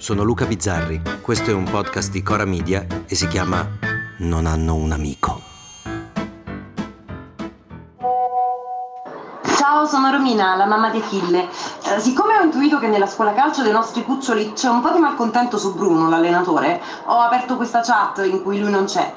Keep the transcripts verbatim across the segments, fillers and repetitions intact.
sono Luca Bizzarri, questo è un podcast di Cora Media e si chiama Non hanno un amico. Ciao, sono Romina, la mamma di Achille. Eh, siccome ho intuito che nella scuola calcio dei nostri cuccioli c'è un po' di malcontento su Bruno, l'allenatore, ho aperto questa chat in cui lui non c'è.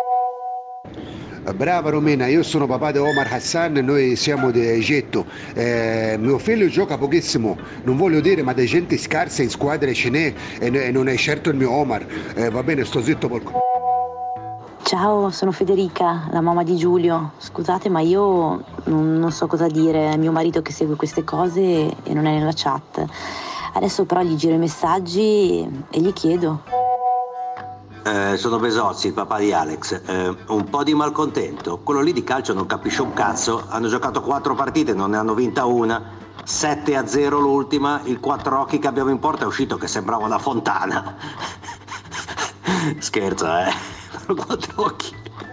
Brava Romina, io sono papà di Omar Hassan e noi siamo di Egitto. Eh, mio figlio gioca pochissimo, non voglio dire, ma da gente scarsa in squadra ce n'è e, e non è certo il mio Omar. Eh, va bene, sto zitto porco. Ciao, sono Federica, la mamma di Giulio. Scusate, ma io non, non so cosa dire. È mio marito che segue queste cose e non è nella chat. Adesso però gli giro i messaggi e gli chiedo. Eh, sono Besozzi, il papà di Alex. Eh, un po' di malcontento. Quello lì di calcio non capisce un cazzo. Hanno giocato quattro partite, non ne hanno vinta una. sette a zero l'ultima. Il quattro occhi che abbiamo in porta è uscito che sembrava una fontana. Scherzo, eh. Quattro occhi.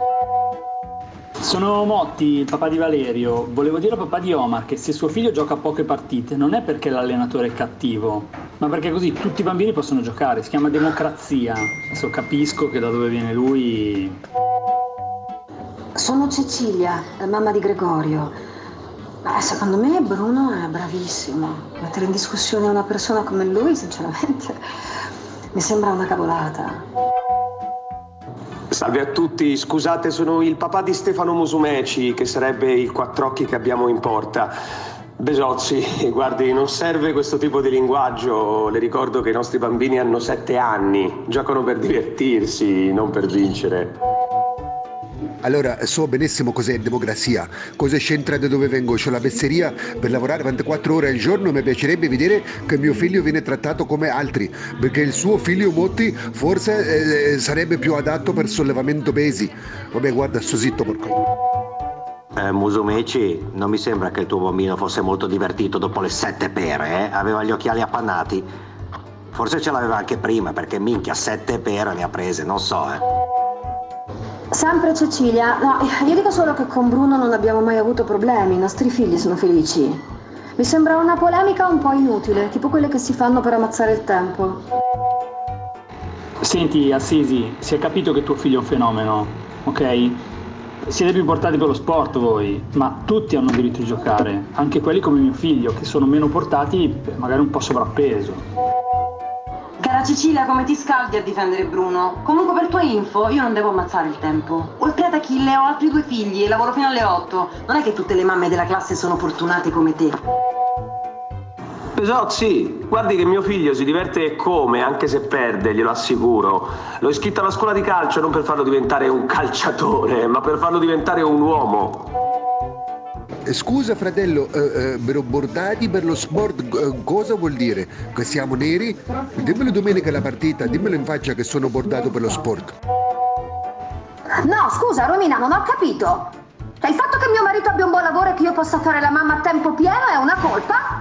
Sono Motti, il papà di Valerio. Volevo dire al papà di Omar che se suo figlio gioca poche partite non è perché l'allenatore è cattivo, ma perché così tutti i bambini possono giocare. Si chiama democrazia. Adesso capisco che da dove viene lui. Sono Cecilia, la mamma di Gregorio. Ma secondo me Bruno è bravissimo. Mettere in discussione una persona come lui, sinceramente, mi sembra una cavolata. Salve a tutti, scusate, sono il papà di Stefano Musumeci, che sarebbe il quattr'occhi che abbiamo in porta. Besozzi, guardi, non serve questo tipo di linguaggio, le ricordo che i nostri bambini hanno sette anni, giocano per divertirsi, non per vincere. Allora, so benissimo cos'è democrazia, cosa c'entra da dove vengo. C'ho la pezzeria per lavorare ventiquattro ore al giorno e mi piacerebbe vedere che mio figlio viene trattato come altri, perché il suo figlio Motti forse eh, sarebbe più adatto per sollevamento pesi. Vabbè, guarda, sto zitto porco. Eh, Musumeci, non mi sembra che il tuo bambino fosse molto divertito dopo le sette pere, eh? Aveva gli occhiali appannati. Forse ce l'aveva anche prima, perché minchia, sette pere ne ha prese, non so, eh. Sempre Cecilia, no, io dico solo che con Bruno non abbiamo mai avuto problemi, i nostri figli sono felici. Mi sembra una polemica un po' inutile, tipo quelle che si fanno per ammazzare il tempo. Senti, Assisi, si è capito che tuo figlio è un fenomeno, ok? Siete più portati per lo sport voi, ma tutti hanno diritto di giocare, anche quelli come mio figlio, che sono meno portati, magari un po' sovrappeso. Cara Cecilia, come ti scaldi a difendere Bruno? Comunque, per tua info, io non devo ammazzare il tempo. Oltre ad Achille ho altri due figli e lavoro fino alle otto. Non è che tutte le mamme della classe sono fortunate come te. Besozzi, guardi che mio figlio si diverte come, anche se perde, glielo assicuro. L'ho iscritto alla scuola di calcio non per farlo diventare un calciatore, ma per farlo diventare un uomo. Scusa fratello, eh, eh, bordati per lo sport, eh, cosa vuol dire? Che siamo neri? Dimmelo domenica la partita, dimmelo in faccia che sono bordato per lo sport. No, scusa Romina, non ho capito. Cioè, il fatto che mio marito abbia un buon lavoro e che io possa fare la mamma a tempo pieno è una colpa?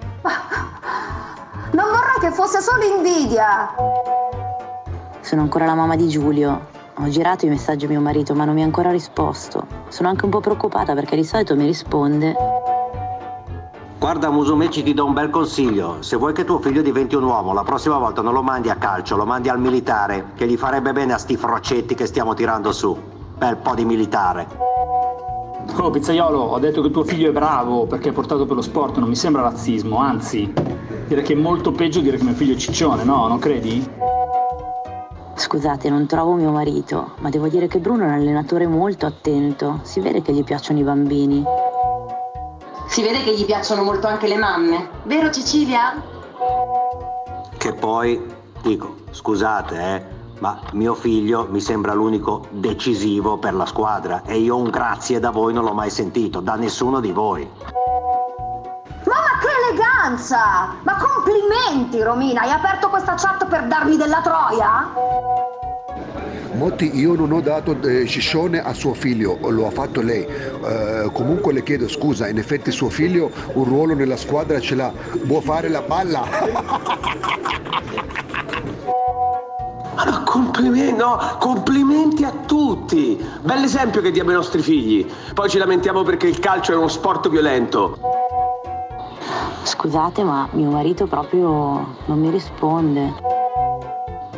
Non vorrei che fosse solo invidia. Sono ancora la mamma di Giulio. Ho girato i messaggi a mio marito, ma non mi ha ancora risposto. Sono anche un po' preoccupata perché di solito mi risponde. Guarda, Musumeci, ti do un bel consiglio. Se vuoi che tuo figlio diventi un uomo, la prossima volta non lo mandi a calcio, lo mandi al militare, che gli farebbe bene a sti frocetti che stiamo tirando su. Bel po' di militare. Oh, pizzaiolo, ho detto che tuo figlio è bravo perché è portato per lo sport, non mi sembra razzismo, anzi, direi che è molto peggio dire che mio figlio è ciccione, no? Non credi? Scusate, non trovo mio marito, ma devo dire che Bruno è un allenatore molto attento. Si vede che gli piacciono i bambini. Si vede che gli piacciono molto anche le mamme. Vero Cecilia? Che poi, dico, scusate, eh, ma mio figlio mi sembra l'unico decisivo per la squadra e io un grazie da voi non l'ho mai sentito, da nessuno di voi. Mamma, che eleganza! Ma complimenti Romina, hai aperto questa chat per darmi della troia? Motti, io non ho dato eh, ciccione a suo figlio, lo ha fatto lei. Eh, comunque le chiedo scusa, in effetti suo figlio un ruolo nella squadra ce l'ha, può fare la palla. Ma complimenti, no, complimenti a tutti. Bell'esempio che diamo ai nostri figli. Poi ci lamentiamo perché il calcio è uno sport violento. Scusate, ma mio marito proprio non mi risponde.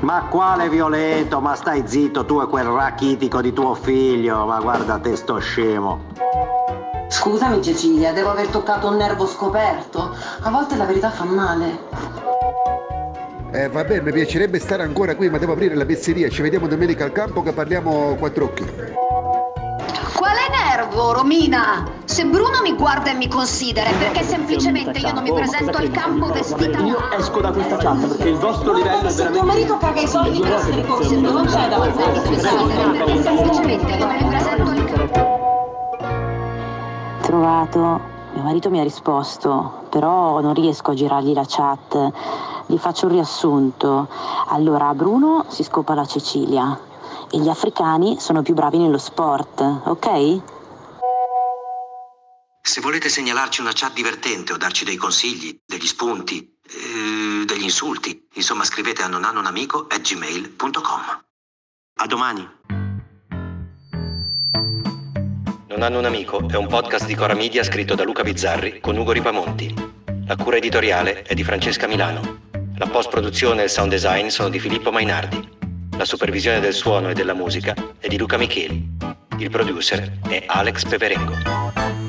Ma quale violento? Ma stai zitto, tu e quel rachitico di tuo figlio. Ma guarda te sto scemo. Scusami Cecilia, devo aver toccato un nervo scoperto. A volte la verità fa male. Eh vabbè, mi piacerebbe stare ancora qui, ma devo aprire la pizzeria. Ci vediamo domenica al campo che parliamo quattro occhi. Quale nervo, Romina? Se Bruno mi guarda e mi considera è perché semplicemente io non mi presento al campo vestita. Io esco da questa chat perché il vostro livello è Se tuo veramente... marito paga i soldi per essere corsetto, non c'è da fare. Perché semplicemente non mi presento al campo. Trovato. Mio marito mi ha risposto, però non riesco a girargli la chat. Gli faccio un riassunto. Allora, Bruno si scopa la Cecilia e gli africani sono più bravi nello sport, ok? Se volete segnalarci una chat divertente o darci dei consigli, degli spunti, eh, degli insulti, insomma scrivete a nonhannounamico at gmail punto com. A domani! Non hanno un amico è un podcast di Cora Media scritto da Luca Bizzarri con Ugo Ripamonti. La cura editoriale è di Francesca Milano. La post-produzione e il sound design sono di Filippo Mainardi. La supervisione del suono e della musica è di Luca Micheli. Il producer è Alex Peperengo.